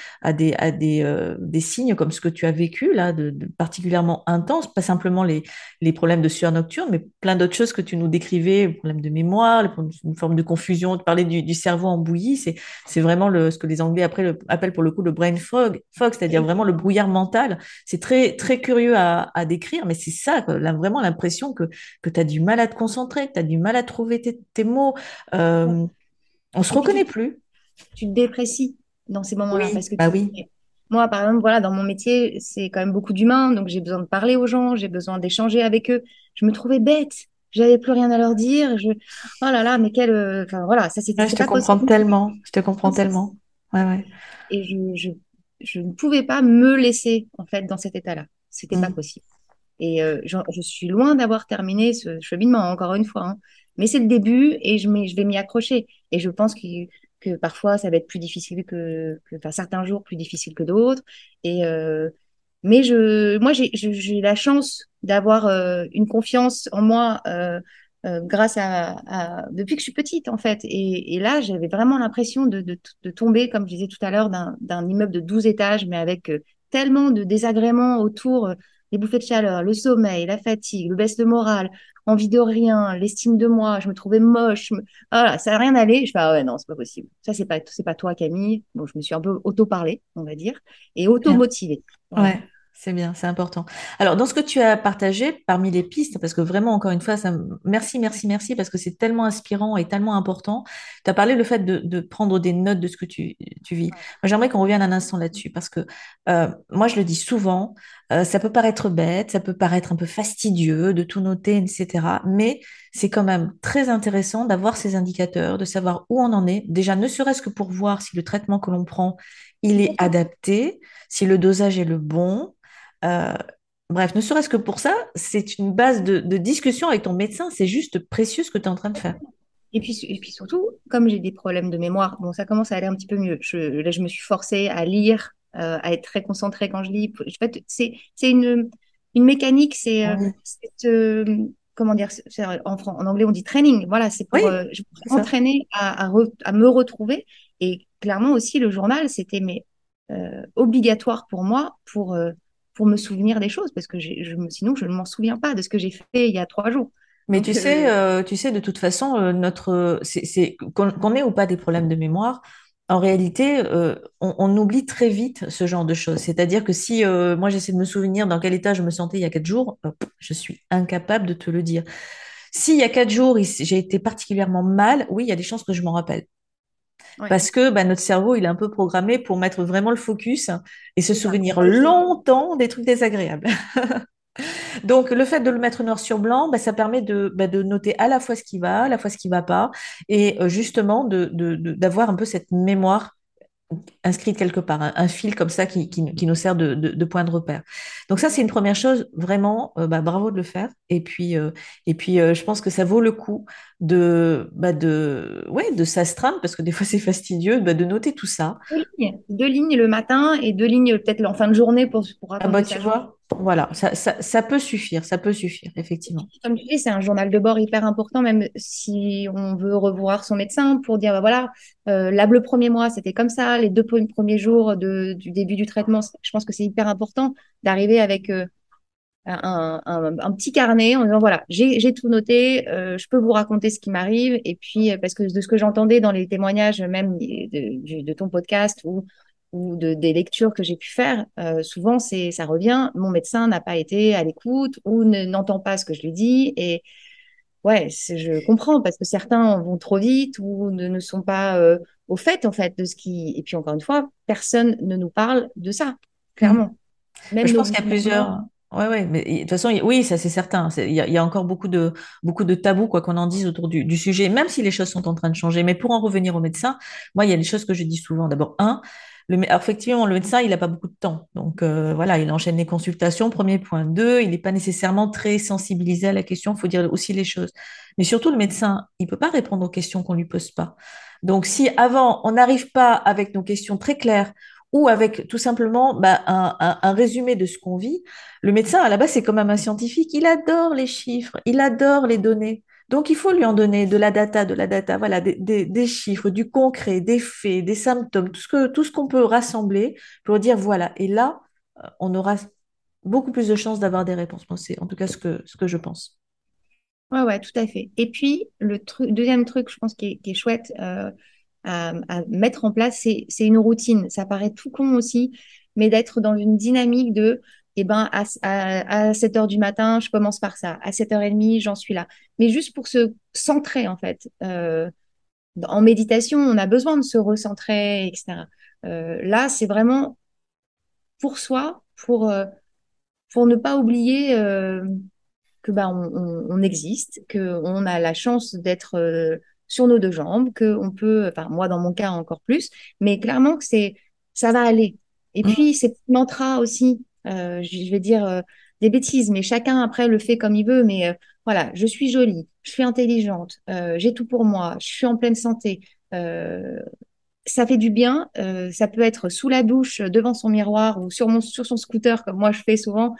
à des signes comme ce que tu as vécu là, de particulièrement intenses, pas simplement les problèmes de sueur nocturne, mais plein d'autres choses que tu nous décrivais, les problèmes de mémoire, une forme de confusion, tu parlais du cerveau en bouillie, c'est vraiment ce que les Anglais appellent pour le coup le brain fog, c'est-à-dire vraiment le brouillard mental. C'est très, très curieux à décrire, mais c'est ça, quoi, vraiment l'impression que tu as du mal à te concentrer, que tu as du mal à trouver tes mots. Euh, on se
Et puis,
reconnaît plus.
tu te déprécies dans ces moments-là parce
Oui,
que
bah oui.
moi, par exemple, voilà, dans mon métier, c'est quand même beaucoup d'humains, donc j'ai besoin de parler aux gens, j'ai besoin d'échanger avec eux. Je me trouvais bête, j'avais plus rien à leur dire. Oh là là, mais enfin voilà, ça
Ouais, je
c'est
te
pas
comprends
possible.
tellement. Je te comprends tellement. Ouais, ouais.
Et je ne pouvais pas me laisser en fait dans cet état-là. C'était pas
Mm.
possible. Et je suis loin d'avoir terminé ce cheminement, encore une fois, hein. Mais c'est le début et je vais m'y accrocher. Et je pense que parfois, ça va être plus difficile enfin, certains jours plus difficile que d'autres. Et, mais moi, j'ai la chance d'avoir une confiance en moi grâce depuis que je suis petite, en fait. Et là, j'avais vraiment l'impression de tomber, comme je disais tout à l'heure, d'un immeuble de 12 étages, mais avec tellement de désagréments autour. Les bouffées de chaleur, le sommeil, la fatigue, le baisse de morale, envie de rien, l'estime de moi, je me trouvais moche. Voilà, ça n'a rien allé. Je fais, ah ouais, non, c'est pas possible. Ça, c'est pas toi, Camille. Bon, je me suis un peu auto-parlée, on va dire, et
Bien.
auto-motivée. Voilà.
Ouais. C'est bien, c'est important. Alors, dans ce que tu as partagé, parmi les pistes, parce que vraiment, encore une fois, merci, merci, merci, parce que c'est tellement inspirant et tellement important. Tu as parlé le fait de prendre des notes de ce que tu vis. Moi, j'aimerais qu'on revienne un instant là-dessus, parce que moi, je le dis souvent, ça peut paraître bête, ça peut paraître un peu fastidieux de tout noter, etc. Mais c'est quand même très intéressant d'avoir ces indicateurs, de savoir où on en est. Déjà, ne serait-ce que pour voir si le traitement que l'on prend, il est adapté, si le dosage est le bon. Euh, bref, ne serait-ce que pour ça, c'est une base de discussion avec ton médecin. C'est juste précieux ce que tu es en train de faire.
Et puis surtout, comme j'ai des problèmes de mémoire, bon, ça commence à aller un petit peu mieux. Là, je me suis forcée à lire, à être très concentrée quand je lis. En fait, c'est une mécanique,
Oui,
comment dire, en anglais on dit training. Voilà, c'est pour,
oui,
je me
c'est
suis
ça.
entraînée à me retrouver. Et clairement aussi, le journal, c'était obligatoire pour moi pour me souvenir des choses, parce que sinon, je ne m'en souviens pas de ce que j'ai fait il y a 3 jours.
Mais
Donc,
tu sais, de toute façon, qu'on ait ou pas des problèmes de mémoire, en réalité, on oublie très vite ce genre de choses. C'est-à-dire que si moi j'essaie de me souvenir dans quel état je me sentais il y a 4 jours, je suis incapable de te le dire. Si il y a 4 jours, j'ai été particulièrement mal, oui, il y a des chances que je m'en rappelle.
ouais,
Parce que bah, notre cerveau, il est un peu programmé pour mettre vraiment le focus et se
c'est ça.
souvenir longtemps des trucs désagréables. Donc, le fait de le mettre noir sur blanc, bah, ça permet de noter à la fois ce qui va, à la fois ce qui va pas, et justement d'avoir un peu cette mémoire inscrite quelque part, un fil comme ça qui nous sert de point de repère. Donc ça, c'est une première chose, vraiment, bah, bravo de le faire. Et puis, je pense que ça vaut le coup ouais, de s'astreindre, parce que des fois c'est fastidieux, bah, de noter tout ça.
2 lignes le matin et 2 lignes peut-être en fin de journée pour
Ah bah
raconter
tu
sa journée.
vois, voilà, ça peut suffire, effectivement.
Comme tu dis, c'est un journal de bord hyper important, même si on veut revoir son médecin pour dire, bah voilà, là, le premier mois, c'était comme ça, les 2 premiers jours du début du traitement, je pense que c'est hyper important d'arriver avec un petit carnet en disant, voilà, j'ai tout noté, je peux vous raconter ce qui m'arrive. Et puis, parce que de ce que j'entendais dans les témoignages, même de ton podcast ou des lectures que j'ai pu faire, souvent, ça revient, mon médecin n'a pas été à l'écoute ou n'entend pas ce que je lui dis. Et ouais, je comprends parce que certains vont trop vite ou ne sont pas au fait, en fait, de ce qui... Et puis, encore une fois, personne ne nous parle de ça,
Mm.
clairement. Même
Je
nos
pense qu'il y a
gouvernements.
plusieurs. Ouais, ouais, mais de toute façon, oui, ça c'est certain. Il y a encore beaucoup de tabous, quoi qu'on en dise autour du sujet, même si les choses sont en train de changer. Mais pour en revenir au médecin, moi, il y a des choses que je dis souvent. D'abord, alors, effectivement, le médecin, il n'a pas beaucoup de temps. Donc, voilà, il enchaîne les consultations. Premier point. Deux, il n'est pas nécessairement très sensibilisé à la question. Il faut dire aussi les choses. Mais surtout, le médecin, il ne peut pas répondre aux questions qu'on ne lui pose pas. Donc, si avant, on n'arrive pas avec nos questions très claires, ou avec tout simplement bah, un résumé de ce qu'on vit. Le médecin, à la base, c'est quand même un scientifique. Il adore les chiffres, il adore les données. Donc, il faut lui en donner de la data, voilà, des chiffres, du concret, des faits, des symptômes, tout ce qu'on peut rassembler pour dire voilà. Et là, on aura beaucoup plus de chances d'avoir des réponses. Moi, c'est en tout cas ce que je pense.
Ouais, ouais, tout à fait. Et puis, deuxième truc, je pense, qui est chouette à mettre en place, c'est une routine. Ça paraît tout con aussi, mais d'être dans une dynamique eh ben, à 7 heures du matin, je commence par ça. À 7h30, j'en suis là. Mais juste pour se centrer, en fait. En méditation, on a besoin de se recentrer, etc. Là, c'est vraiment pour soi, pour ne pas oublier. Que bah, on existe, qu'on a la chance d'être sur nos 2 jambes, que on peut, enfin moi dans mon cas encore plus, mais clairement que ça va aller. Et
Mm.
puis ces petits mantras aussi, je vais dire des bêtises, mais chacun après le fait comme il veut, mais voilà, je suis jolie, je suis intelligente, j'ai tout pour moi, je suis en pleine santé. Euh, Ça fait du bien. Ça peut être sous la douche, devant son miroir ou sur son scooter, comme moi je fais souvent,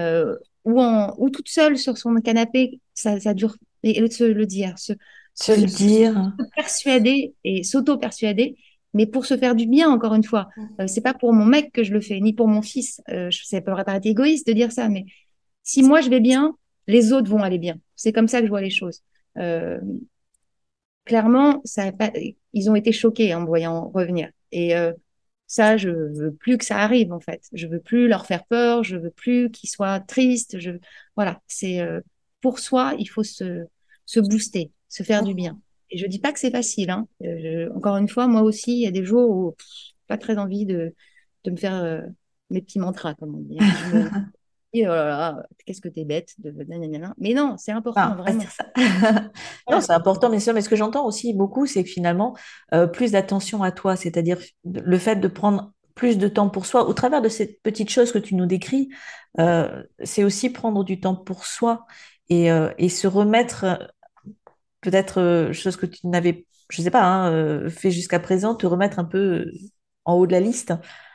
ou toute seule sur son canapé. Ça dure. Et de se le dire,
Se le dire.
persuader et s'auto-persuader, mais pour se faire du bien, encore une fois. C'est pas pour mon mec que je le fais, ni pour mon fils. Ça peut paraître égoïste de dire ça, mais si moi je vais bien, les autres vont aller bien. C'est comme ça que je vois les choses. Euh, Clairement, ça a pas, ils ont été choqués en me voyant revenir. Et Ça, je veux plus que ça arrive, en fait. Je veux plus leur faire peur, je veux plus qu'ils soient tristes. Voilà, c'est pour soi, il faut se booster, se faire du bien. Et je dis pas que c'est facile, hein. Encore une fois, moi aussi, il y a des jours où pas très envie de me faire mes petits mantras, comme on dit, hein. Je me dis, oh là là, qu'est-ce que t'es bête de nanana. Mais non, c'est important,
Enfin, pas se
vraiment.
dire ça. Non,
Voilà.
c'est important, bien sûr, mais ce que j'entends aussi beaucoup, c'est que finalement, plus d'attention à toi, c'est-à-dire le fait de prendre plus de temps pour soi, au travers de ces petites choses que tu nous décris, c'est aussi prendre du temps pour soi et se remettre, peut-être, chose que tu n'avais, je sais pas, hein, fait jusqu'à présent, te remettre un peu en haut de la liste.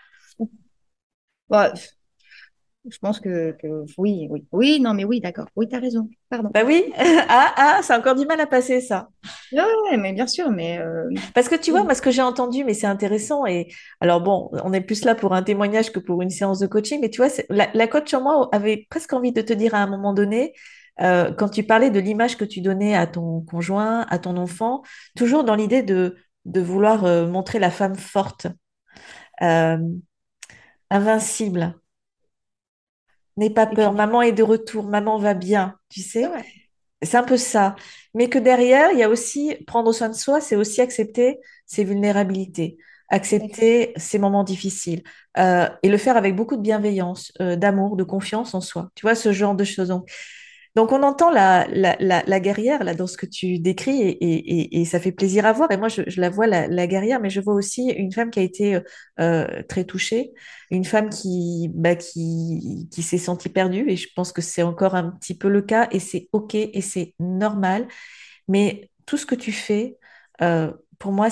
Bon, je pense que oui, oui. Oui, non, mais oui, d'accord. Oui, tu as raison. Pardon.
Bah oui, c'est encore du mal à passer ça.
Ouais, ouais, mais bien sûr, mais
Parce que tu vois,
oui,
moi, ce que j'ai entendu, mais c'est intéressant, et alors bon, on est plus là pour un témoignage que pour une séance de coaching, mais tu vois, la coach en moi avait presque envie de te dire à un moment donné, quand tu parlais de l'image que tu donnais à ton conjoint, à ton enfant, toujours dans l'idée de vouloir montrer la femme forte, euh, invincible, n'aie pas
et
peur,
puis,
maman est de retour, maman va bien, tu
c'est
sais.
vrai.
C'est un peu ça. Mais que derrière, il y a aussi prendre soin de soi, c'est aussi accepter ses vulnérabilités, accepter ses moments difficiles et le faire avec beaucoup de bienveillance, d'amour, de confiance en soi. Tu vois, ce genre de choses. Donc, on entend la guerrière là, dans ce que tu décris et ça fait plaisir à voir. Et moi, je la vois, la guerrière, mais je vois aussi une femme qui a été très touchée, une femme qui s'est sentie perdue. Et je pense que c'est encore un petit peu le cas et c'est OK et c'est normal. Mais tout ce que tu fais, pour moi,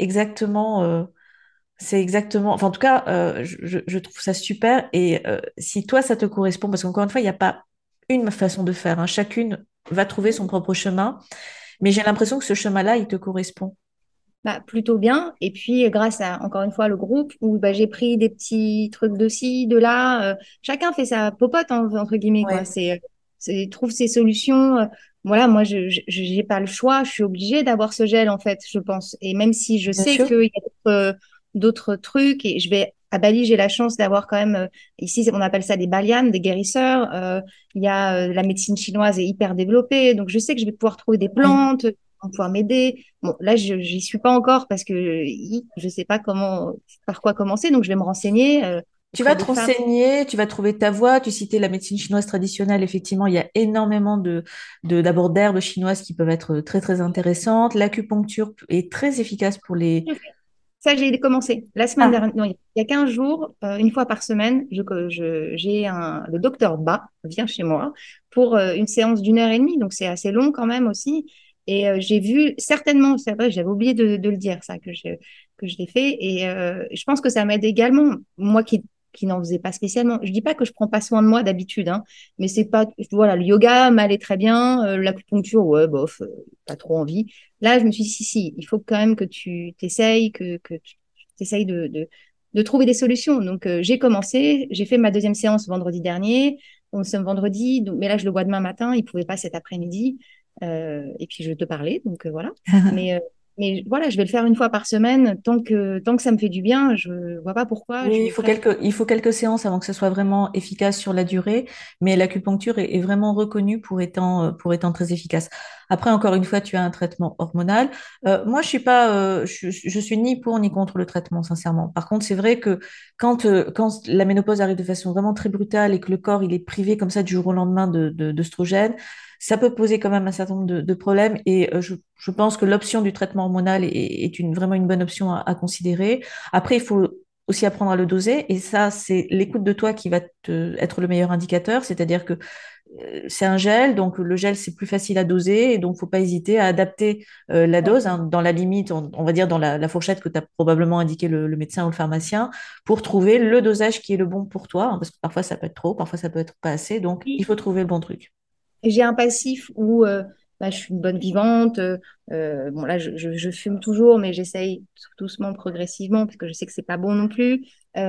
c'est exactement, enfin en tout cas, je trouve ça super. Et si toi, ça te correspond, parce qu'encore une fois, il n'y a pas une façon de faire, hein. Chacune va trouver son propre chemin, mais j'ai l'impression que ce chemin-là, il te correspond.
Bah, plutôt bien. Et puis, grâce à, encore une fois, le groupe où bah, j'ai pris des petits trucs de ci, de là. Chacun fait sa popote, hein, entre guillemets, quoi.
Ouais,
Trouve ses solutions. Voilà, moi, j'ai pas le choix. Je suis obligée d'avoir ce gel, en fait, je pense. Et même si je
bien
sais
sûr.
qu'il y a d'autres trucs, et je vais à Bali, j'ai la chance d'avoir quand même, ici, on appelle ça des balianes, des guérisseurs. Il y a la médecine chinoise est hyper développée. Donc, je sais que je vais pouvoir trouver des
Oui.
plantes qui vont pouvoir m'aider. Bon, là, j'y suis pas encore parce que je sais pas par quoi commencer, donc je vais me renseigner
Tu
auprès
vas
de
te
femmes.
renseigner, tu vas trouver ta voie. Tu citais la médecine chinoise traditionnelle. Effectivement, il y a énormément d'abord d'herbes chinoises qui peuvent être très, très intéressantes. L'acupuncture est très efficace pour les...
Ça, j'ai commencé la semaine
Ah,
dernière. Non, il y a 15 jours, une fois par semaine, le docteur Ba vient chez moi pour une séance d'1 heure et demie, donc c'est assez long quand même aussi. Et j'ai vu certainement, c'est vrai, j'avais oublié de le dire ça, que je l'ai fait. Et je pense que ça m'aide également, moi qui n'en faisais pas spécialement. Je dis pas que je prends pas soin de moi d'habitude, hein, mais c'est pas, voilà, le yoga m'allait très bien, l'acupuncture, ouais, bof, pas trop envie. Là, je me suis dit, si, si, il faut quand même que tu t'essayes, que tu essayes de trouver des solutions. Donc, j'ai commencé, j'ai fait ma deuxième séance vendredi dernier. On sommes vendredi, donc, mais là, je le vois demain matin. Il ne pouvait pas cet après-midi. Et puis, je te parlais, donc voilà. Mais, euh, mais voilà, je vais le faire une fois par semaine. Tant que ça me fait du bien, je ne vois pas pourquoi
oui,
je
il
le
faut
ferais.
quelques séances avant que ce soit vraiment efficace sur la durée, mais l'acupuncture est vraiment reconnue pour étant très efficace. Après, encore une fois, tu as un traitement hormonal. Moi, je suis ni pour ni contre le traitement, sincèrement. Par contre, c'est vrai que quand la ménopause arrive de façon vraiment très brutale et que le corps il est privé comme ça du jour au lendemain d'œstrogènes, ça peut poser quand même un certain nombre de problèmes. Et je pense que l'option du traitement hormonal est vraiment une bonne option à considérer. Après, il faut aussi apprendre à le doser. Et ça, c'est l'écoute de toi qui va être le meilleur indicateur. C'est-à-dire que c'est un gel, donc le gel, c'est plus facile à doser. Et donc, faut pas hésiter à adapter la
Ouais.
dose, hein, dans la limite, on va dire dans la fourchette que t'as probablement indiqué le médecin ou le pharmacien, pour trouver le dosage qui est le bon pour toi, hein, parce que parfois, ça peut être trop, parfois, ça peut être pas assez. Donc, il faut trouver le bon truc.
J'ai un passif où bah, je suis une bonne vivante. Bon, là, je fume toujours, mais j'essaye doucement, progressivement, parce que je sais que c'est pas bon non plus.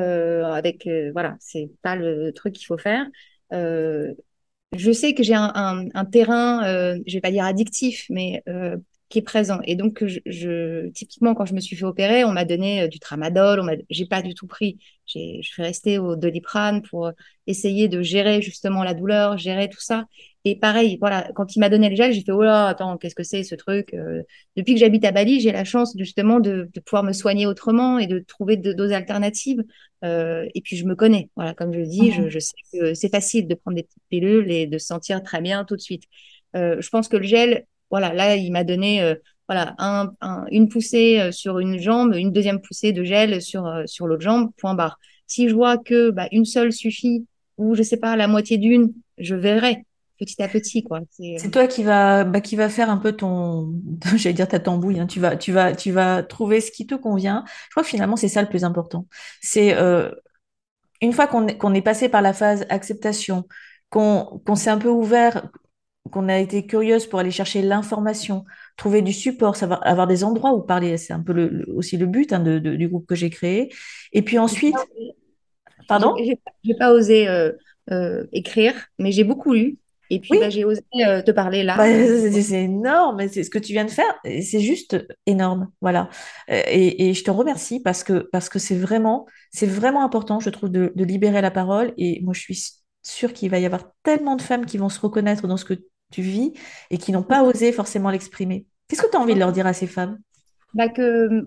Voilà, c'est pas le truc qu'il faut faire. Euh, je sais que j'ai un terrain, je vais pas dire addictif, mais qui est présent. Et donc, typiquement, quand je me suis fait opérer, on m'a donné du tramadol, j'ai pas du tout pris. Je suis restée au Doliprane pour essayer de gérer justement la douleur, gérer tout ça. Et pareil, voilà, quand il m'a donné le gel, j'ai fait, oh là, attends, qu'est-ce que c'est ce truc? Depuis que j'habite à Bali, j'ai la chance justement de pouvoir me soigner autrement et de trouver d'autres alternatives. Et puis, je me connais. Voilà, comme je le dis, je sais que c'est facile de prendre des petites pilules et de se sentir très bien tout de suite. Je pense que le gel, voilà, là, il m'a donné voilà, une poussée sur une jambe, une deuxième poussée de gel sur l'autre jambe, point barre. Si je vois que bah, une seule suffit, ou je sais pas, la moitié d'une, je verrai petit à petit, quoi.
C'est toi qui va faire un peu ton, j'allais dire ta tambouille, hein. Tu vas trouver ce qui te convient. Je crois que finalement, c'est ça le plus important. C'est une fois qu'on est passé par la phase acceptation, qu'on s'est un peu ouvert, qu'on a été curieuse pour aller chercher l'information, trouver du support, savoir, avoir des endroits où parler, c'est un peu aussi le but, hein, du groupe que j'ai créé. Et puis ensuite,
J'ai
pardon?
j'ai pas osé écrire, mais j'ai beaucoup lu. Et puis,
Oui,
bah, j'ai osé te parler
bah,
là. Donc,
c'est énorme, c'est ce que tu viens de faire, et c'est juste énorme, voilà. Et je te remercie parce que c'est vraiment important, je trouve, de libérer la parole. Et moi, je suis sûre qu'il va y avoir tellement de femmes qui vont se reconnaître dans ce que tu vis et qui n'ont pas osé forcément l'exprimer. Qu'est-ce que tu as
je
envie de
pense
leur dire à ces femmes?
bah, que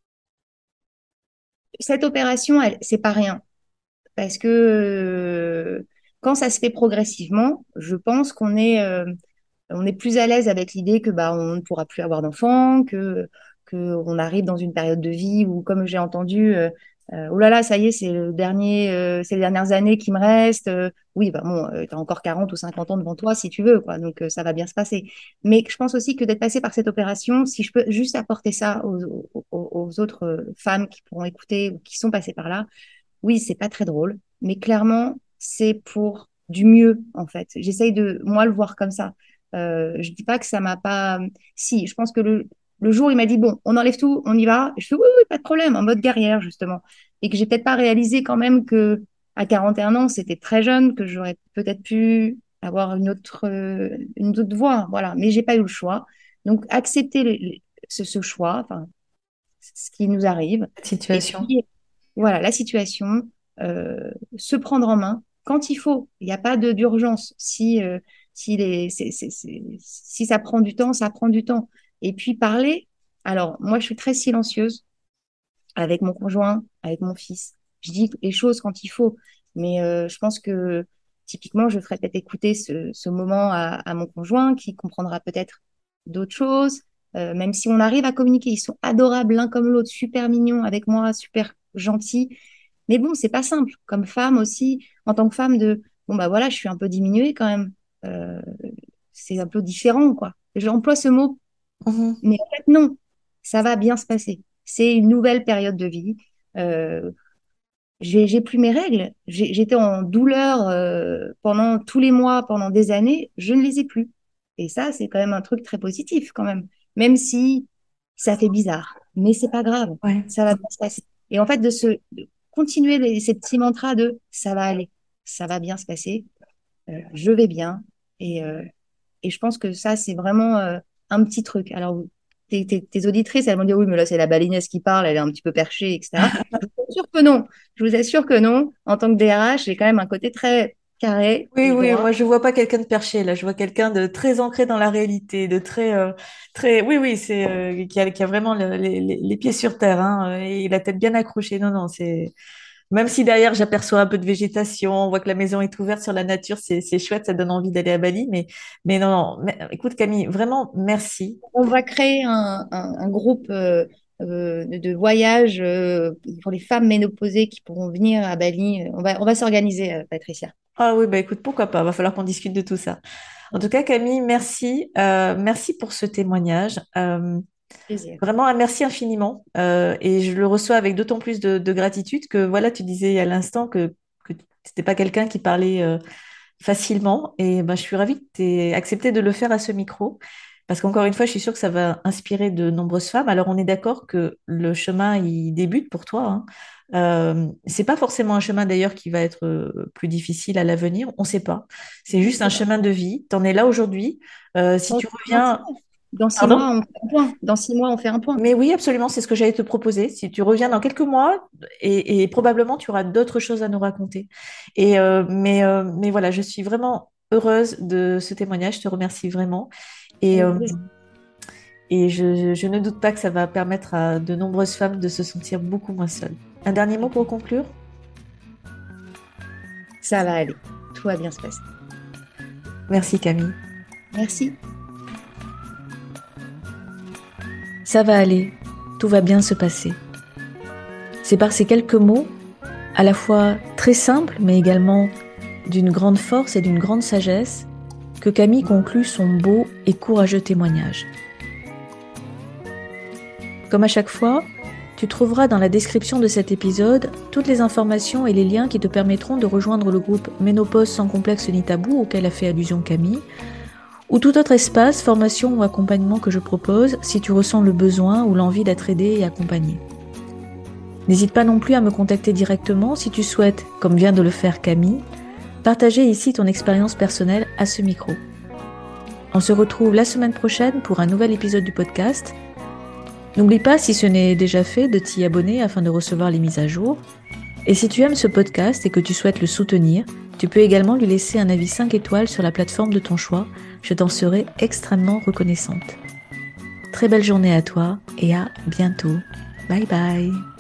cette opération, c'est pas rien. Parce que quand ça se fait progressivement, je pense on est plus à l'aise avec l'idée que bah on ne pourra plus avoir d'enfants, que on arrive dans une période de vie où, comme j'ai entendu, oh là là, ça y est, c'est les dernières années qui me restent. Oui, bah bon, t'as encore 40 ou 50 ans devant toi si tu veux, quoi. Donc ça va bien se passer. Mais je pense aussi que d'être passé par cette opération, si je peux juste apporter ça aux autres femmes qui pourront écouter ou qui sont passées par là, oui, c'est pas très drôle, mais clairement, c'est pour du mieux, en fait. J'essaye de, moi, le voir comme ça. Je dis pas que ça m'a pas. Si, je pense que le jour où il m'a dit, bon, on enlève tout, on y va, je fais, oui, oui, pas de problème, en mode guerrière, justement. Et que j'ai peut-être pas réalisé quand même que à 41 ans, c'était très jeune, que j'aurais peut-être pu avoir une autre voie, voilà. Mais j'ai pas eu le choix. Donc, accepter ce choix, enfin, ce qui nous arrive.
Cette
Et
situation.
puis, voilà, la situation, se prendre en main quand il faut. Il n'y a pas d'urgence. Si ça prend du temps, ça prend du temps. Et puis parler. Alors, moi, je suis très silencieuse avec mon conjoint, avec mon fils. Je dis les choses quand il faut. Mais je pense que typiquement, je ferais peut-être écouter ce moment à mon conjoint qui comprendra peut-être d'autres choses. Même si on arrive à communiquer, ils sont adorables l'un comme l'autre, super mignons avec moi, super gentils. Mais bon, c'est pas simple. Comme femme aussi, en tant que femme, bon, bah voilà, je suis un peu diminuée quand même. Euh, c'est un peu différent, quoi. J'emploie ce mot,
Mhm.
mais en fait, non, ça va bien se passer. C'est une nouvelle période de vie. Euh, j'ai plus mes règles. J'étais en douleur pendant tous les mois, pendant des années. Je ne les ai plus. Et ça, c'est quand même un truc très positif, quand même. Même si ça fait bizarre. Mais c'est pas grave.
Ouais.
Ça va bien se passer. Et en fait, de continuer ces petits mantras de ça va aller, ça va bien se passer, je vais bien. Et, euh, et je pense que ça, c'est vraiment un petit truc. Alors, tes auditrices, elles vont dire, oui, mais là, c'est la balinesse qui parle, elle est un petit peu perchée, etc. Je vous assure que non. Je vous assure que non. En tant que DRH, j'ai quand même un côté très carré
Oui,
et
oui,
droit.
moi je vois pas quelqu'un de perché là, je vois quelqu'un de très ancré dans la réalité, de très, oui, oui, c'est qui a vraiment les pieds sur terre, hein, et la tête bien accrochée. Non, non, c'est même si derrière j'aperçois un peu de végétation, on voit que la maison est ouverte sur la nature, c'est chouette, ça donne envie d'aller à Bali, mais non, non. Écoute Camille, vraiment merci.
On va créer un groupe de voyage pour les femmes ménopausées qui pourront venir à Bali. On va s'organiser, Patricia.
Ah oui, bah écoute, pourquoi pas, va falloir qu'on discute de tout ça. En tout cas, Camille, merci, merci pour ce témoignage.
Plaisir.
Vraiment un merci infiniment, et je le reçois avec d'autant plus de gratitude que voilà, tu disais à l'instant que tu n'étais pas quelqu'un qui parlait facilement, et ben, je suis ravie que tu aies accepté de le faire à ce micro parce qu'encore une fois, je suis sûre que ça va inspirer de nombreuses femmes. Alors on est d'accord que le chemin il débute pour toi, hein. C'est pas forcément un chemin d'ailleurs qui va être plus difficile à l'avenir, on ne sait pas. C'est
On
juste un
sait pas.
chemin de vie. Tu en es là aujourd'hui. Si
On
tu
sait
reviens
mentir. Dans six
Pardon?
mois, on fait un point. Dans 6 mois, on fait un point.
Mais oui, absolument, c'est ce que j'allais te proposer. Si tu reviens dans quelques mois, et probablement tu auras d'autres choses à nous raconter. Mais voilà, je suis vraiment heureuse de ce témoignage. Je te remercie vraiment. Et,
Avec
euh,
plaisir.
et je ne doute pas que ça va permettre à de nombreuses femmes de se sentir beaucoup moins seules. Un dernier mot pour conclure?
Ça va aller. Tout va bien se passer.
Merci Camille.
Merci.
Ça va aller. Tout va bien se passer. C'est par ces quelques mots, à la fois très simples, mais également d'une grande force et d'une grande sagesse, que Camille conclut son beau et courageux témoignage. Comme à chaque fois, tu trouveras dans la description de cet épisode toutes les informations et les liens qui te permettront de rejoindre le groupe Ménopause sans complexe ni tabou auquel a fait allusion Camille, ou tout autre espace, formation ou accompagnement que je propose si tu ressens le besoin ou l'envie d'être aidé et accompagné. N'hésite pas non plus à me contacter directement si tu souhaites, comme vient de le faire Camille, partager ici ton expérience personnelle à ce micro. On se retrouve la semaine prochaine pour un nouvel épisode du podcast. N'oublie pas, si ce n'est déjà fait, de t'y abonner afin de recevoir les mises à jour. Et si tu aimes ce podcast et que tu souhaites le soutenir, tu peux également lui laisser un avis 5 étoiles sur la plateforme de ton choix. Je t'en serai extrêmement reconnaissante. Très belle journée à toi et à bientôt. Bye bye.